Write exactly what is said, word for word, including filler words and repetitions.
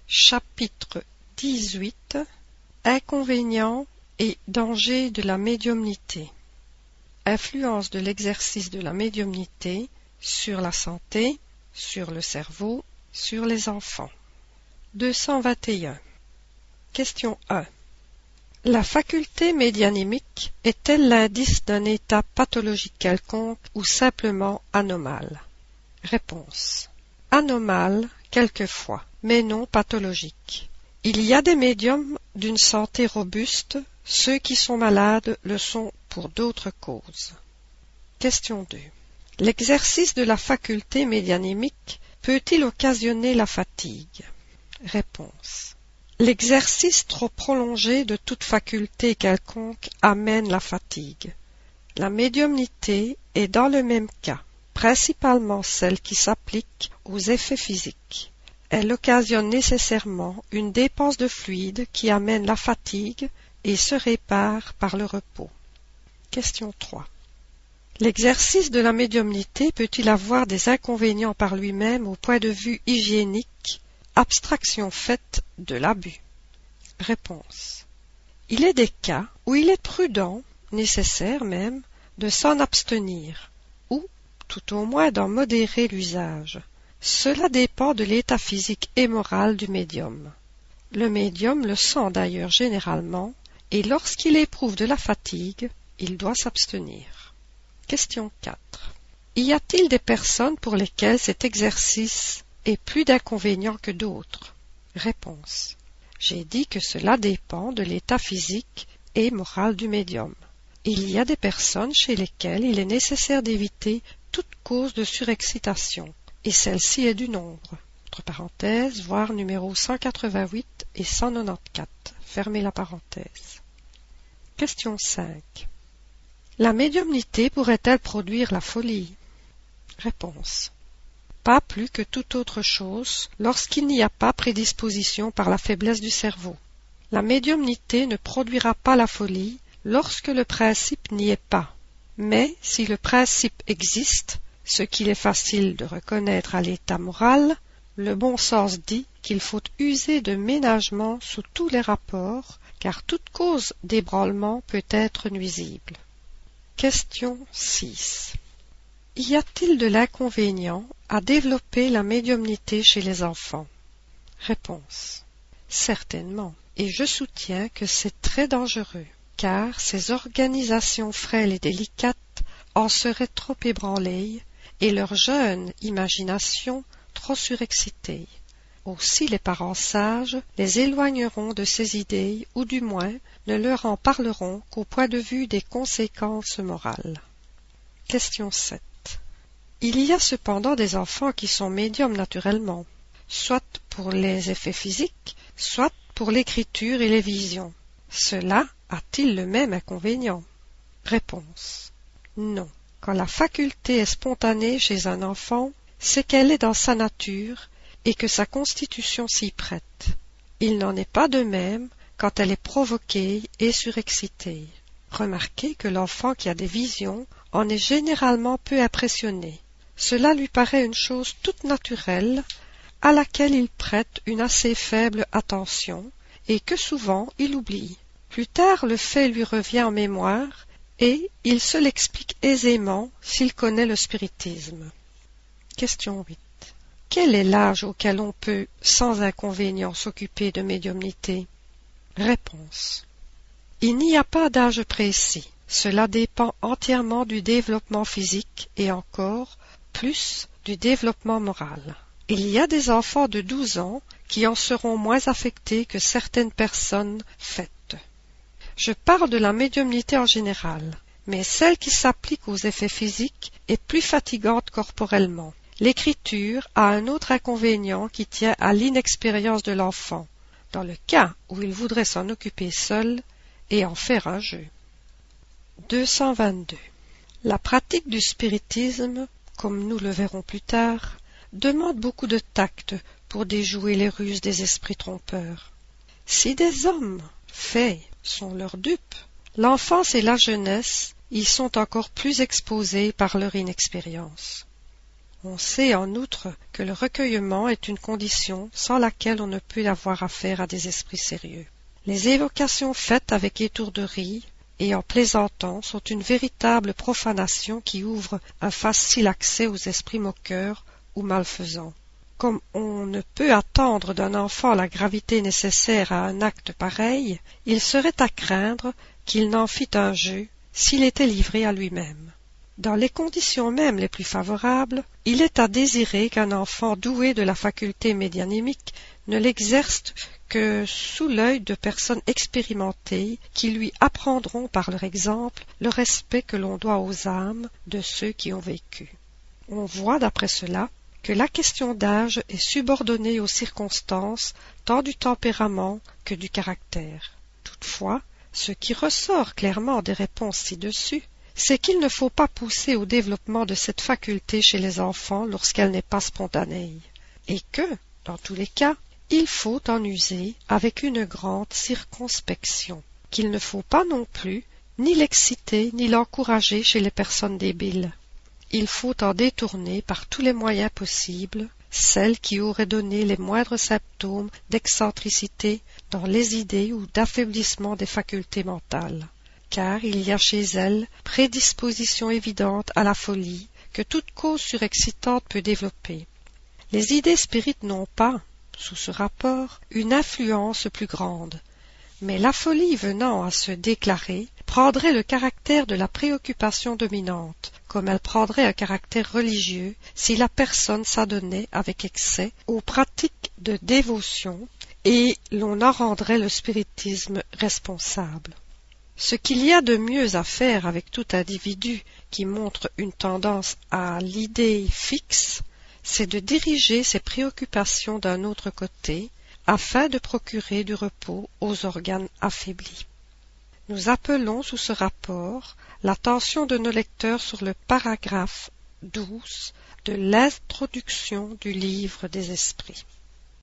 Chapitre dix-huit. Inconvénients et dangers de la médiumnité. Influence de l'exercice de la médiumnité sur la santé, sur le cerveau, sur les enfants. deux cent vingt et un. Question un. La faculté médianimique est-elle l'indice d'un état pathologique quelconque ou simplement anormal? Réponse. Anormal, quelquefois, mais non pathologique. Il y a des médiums d'une santé robuste, ceux qui sont malades le sont pour d'autres causes. Question deux. L'exercice de la faculté médianimique peut-il occasionner la fatigue? Réponse. L'exercice trop prolongé de toute faculté quelconque amène la fatigue. La médiumnité est dans le même cas, principalement celle qui s'applique aux effets physiques. Elle occasionne nécessairement une dépense de fluide qui amène la fatigue et se répare par le repos. Question trois. L'exercice de la médiumnité peut-il avoir des inconvénients par lui-même au point de vue hygiénique, abstraction faite de l'abus? Réponse. Il est des cas où il est prudent, nécessaire même, de s'en abstenir, ou tout au moins d'en modérer l'usage. Cela dépend de l'état physique et moral du médium. Le médium le sent d'ailleurs généralement, et lorsqu'il éprouve de la fatigue, il doit s'abstenir. Question quatre. Y a-t-il des personnes pour lesquelles cet exercice est plus d'inconvénients que d'autres? Réponse. J'ai dit que cela dépend de l'état physique et moral du médium. Il y a des personnes chez lesquelles il est nécessaire d'éviter toute cause de surexcitation, et celle-ci est du nombre. Entre parenthèses, voir numéro cent quatre-vingt-huit et cent quatre-vingt-quatorze. Fermez la parenthèse. Question cinq. La médiumnité pourrait-elle produire la folie? Réponse. Pas plus que toute autre chose lorsqu'il n'y a pas prédisposition par la faiblesse du cerveau. La médiumnité ne produira pas la folie lorsque le principe n'y est pas. Mais si le principe existe, ce qu'il est facile de reconnaître à l'état moral, le bon sens dit qu'il faut user de ménagement sous tous les rapports, car toute cause d'ébranlement peut être nuisible. Question six. Y a-t-il de l'inconvénient à développer la médiumnité chez les enfants? Réponse. Certainement, et je soutiens que c'est très dangereux, car ces organisations frêles et délicates en seraient trop ébranlées, et leur jeune imagination trop surexcitée. Aussi les parents sages les éloigneront de ces idées, ou du moins ne leur en parleront qu'au point de vue des conséquences morales. Question sept. Il y a cependant des enfants qui sont médiums naturellement, soit pour les effets physiques, soit pour l'écriture et les visions. Cela a-t-il le même inconvénient? Réponse. Non. Quand la faculté est spontanée chez un enfant, c'est qu'elle est dans sa nature et que sa constitution s'y prête. Il n'en est pas de même quand elle est provoquée et surexcitée. Remarquez que l'enfant qui a des visions en est généralement peu impressionné. Cela lui paraît une chose toute naturelle, à laquelle il prête une assez faible attention, et que souvent il oublie. Plus tard le fait lui revient en mémoire, et il se l'explique aisément s'il connaît le spiritisme. Question huit. Quel est l'âge auquel on peut, sans inconvénient, s'occuper de médiumnité? Réponse. Il n'y a pas d'âge précis. Cela dépend entièrement du développement physique et encore plus du développement moral. Il y a des enfants de douze ans qui en seront moins affectés que certaines personnes faites. Je parle de la médiumnité en général, mais celle qui s'applique aux effets physiques est plus fatigante corporellement. L'écriture a un autre inconvénient qui tient à l'inexpérience de l'enfant, dans le cas où il voudrait s'en occuper seul et en faire un jeu. deux cent vingt-deux. La pratique du spiritisme, comme nous le verrons plus tard, demande beaucoup de tact pour déjouer les ruses des esprits trompeurs. Si des hommes faits sont leurs dupes, l'enfance et la jeunesse y sont encore plus exposés par leur inexpérience. On sait en outre que le recueillement est une condition sans laquelle on ne peut avoir affaire à des esprits sérieux. Les évocations faites avec étourderie et en plaisantant sont une véritable profanation qui ouvre un facile accès aux esprits moqueurs ou malfaisants. Comme on ne peut attendre d'un enfant la gravité nécessaire à un acte pareil, il serait à craindre qu'il n'en fît un jeu s'il était livré à lui-même. Dans les conditions même les plus favorables, il est à désirer qu'un enfant doué de la faculté médianimique ne l'exerce que sous l'œil de personnes expérimentées qui lui apprendront par leur exemple le respect que l'on doit aux âmes de ceux qui ont vécu. On voit d'après cela que la question d'âge est subordonnée aux circonstances tant du tempérament que du caractère. Toutefois, ce qui ressort clairement des réponses ci-dessus, c'est qu'il ne faut pas pousser au développement de cette faculté chez les enfants lorsqu'elle n'est pas spontanée, et que, dans tous les cas, il faut en user avec une grande circonspection, qu'il ne faut pas non plus ni l'exciter ni l'encourager chez les personnes débiles. Il faut en détourner par tous les moyens possibles celles qui auraient donné les moindres symptômes d'excentricité dans les idées ou d'affaiblissement des facultés mentales, car il y a chez elles prédisposition évidente à la folie que toute cause surexcitante peut développer. Les idées spirites n'ont pas, sous ce rapport, une influence plus grande, mais la folie venant à se déclarer prendrait le caractère de la préoccupation dominante, comme elle prendrait un caractère religieux si la personne s'adonnait avec excès aux pratiques de dévotion et l'on en rendrait le spiritisme responsable. Ce qu'il y a de mieux à faire avec tout individu qui montre une tendance à l'idée fixe, c'est de diriger ses préoccupations d'un autre côté, afin de procurer du repos aux organes affaiblis. Nous appelons sous ce rapport l'attention de nos lecteurs sur le paragraphe douze de l'introduction du livre des esprits.